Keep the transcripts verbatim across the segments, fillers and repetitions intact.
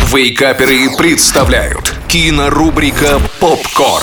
Вейкаперы представляют кинорубрика «Попкорн».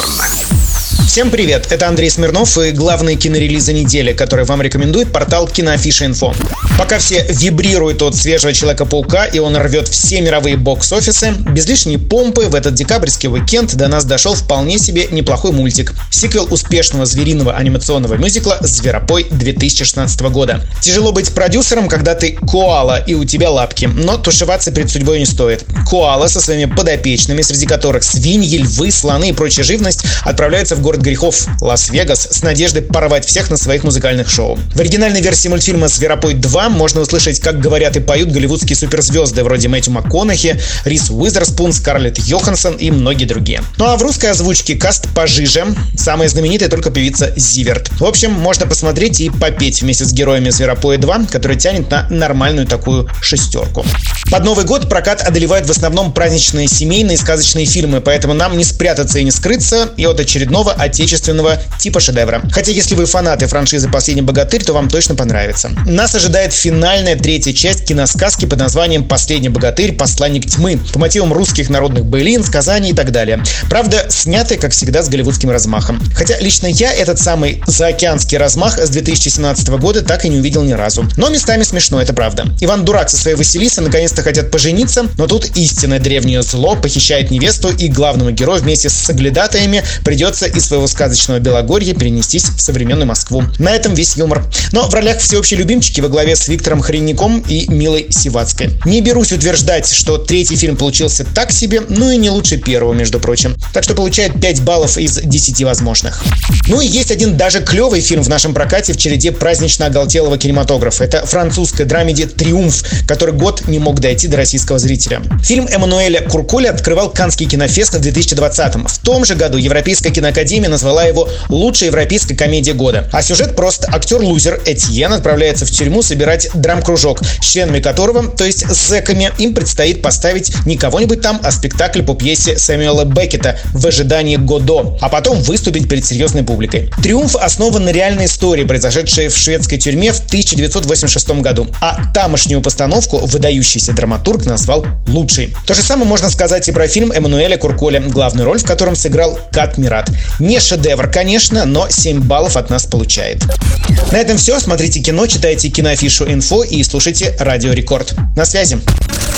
Всем привет, это Андрей Смирнов и главные кинорелизы недели, которые вам рекомендует портал Киноафиша.инфо. Пока все вибрируют от свежего Человека-паука и он рвет все мировые бокс-офисы, без лишней помпы в этот декабрьский уикенд до нас дошел вполне себе неплохой мультик. Сиквел успешного звериного анимационного мюзикла «Зверопой» две тысячи шестнадцатого года. Тяжело быть продюсером, когда ты коала и у тебя лапки, но тушеваться перед судьбой не стоит. Коала со своими подопечными, среди которых свиньи, львы, слоны и прочая живность, отправляются в город грехов Лас-Вегас с надеждой порвать всех на своих музыкальных шоу. В оригинальной версии мультфильма «Зверопой два» можно услышать, как говорят и поют голливудские суперзвезды вроде Мэтью МакКонахи, Риз Уизерспун, Скарлетт Йоханссон и многие другие. Ну а в русской озвучке каст пожиже, самая знаменитая только певица Зиверт. В общем, можно посмотреть и попеть вместе с героями «Зверопоя два», который тянет на нормальную такую шестерку. Под Новый год прокат одолевают в основном праздничные семейные и сказочные фильмы, поэтому нам не спрятаться и не скрыться и от очередного отечественного типа шедевра. Хотя если вы фанаты франшизы «Последний богатырь», то вам точно понравится. Нас ожидает финальная третья часть киносказки под названием «Последний богатырь. Посланник тьмы» по мотивам русских народных былин, сказаний и так далее. Правда, снятый, как всегда, с голливудским размахом. Хотя лично я этот самый заокеанский размах с две тысячи семнадцатого года так и не увидел ни разу. Но местами смешно, это правда. Иван Дурак со своей Василисой наконец-то хотят пожениться, но тут истинное древнее зло похищает невесту, и главному герою вместе с соглядатаями придется из своего сказочного Белогорья перенестись в современную Москву. На этом весь юмор. Но в ролях всеобщие любимчики во главе с Виктором Хренником и Милой Сивацкой. Не берусь утверждать, что третий фильм получился так себе, ну и не лучше первого, между прочим. Так что получает пять баллов из десяти возможных. Ну и есть один даже клевый фильм в нашем прокате в череде празднично оголтелого кинематографа. Это французская драмеди «Триумф», который год не мог дойти до российского зрителя. Фильм Эммануэля Курколя открывал Каннский кинофест в две тысячи двадцатом. В том же году Европейская киноакадемия назвала его лучшей европейской комедией года. А сюжет прост. Актер-лузер Этьен отправляется в тюрьму собирать драм-кружок, с членами которого, то есть с зэками, им предстоит поставить не кого-нибудь там, а спектакль по пьесе Сэмюэла Беккета «В ожидании Годо», а потом выступить перед серьезной публикой. «Триумф» основан на реальной истории, произошедшей в шведской тюрьме в тысяча девятьсот восемьдесят шестом году, а тамошнюю постановку выдающийся драматург назвал лучшей. То же самое можно сказать и про фильм Эммануэля Курколя, главную роль в котором сыграл Кат Мират. Не шедевр, конечно, но семь баллов от нас получает. На этом все. Смотрите кино, читайте Киноафишу.инфо и слушайте Радио Рекорд. На связи.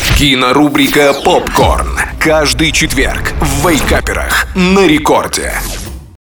Кинорубрика «Попкорн». Каждый четверг в Вейкаперах на Рекорде.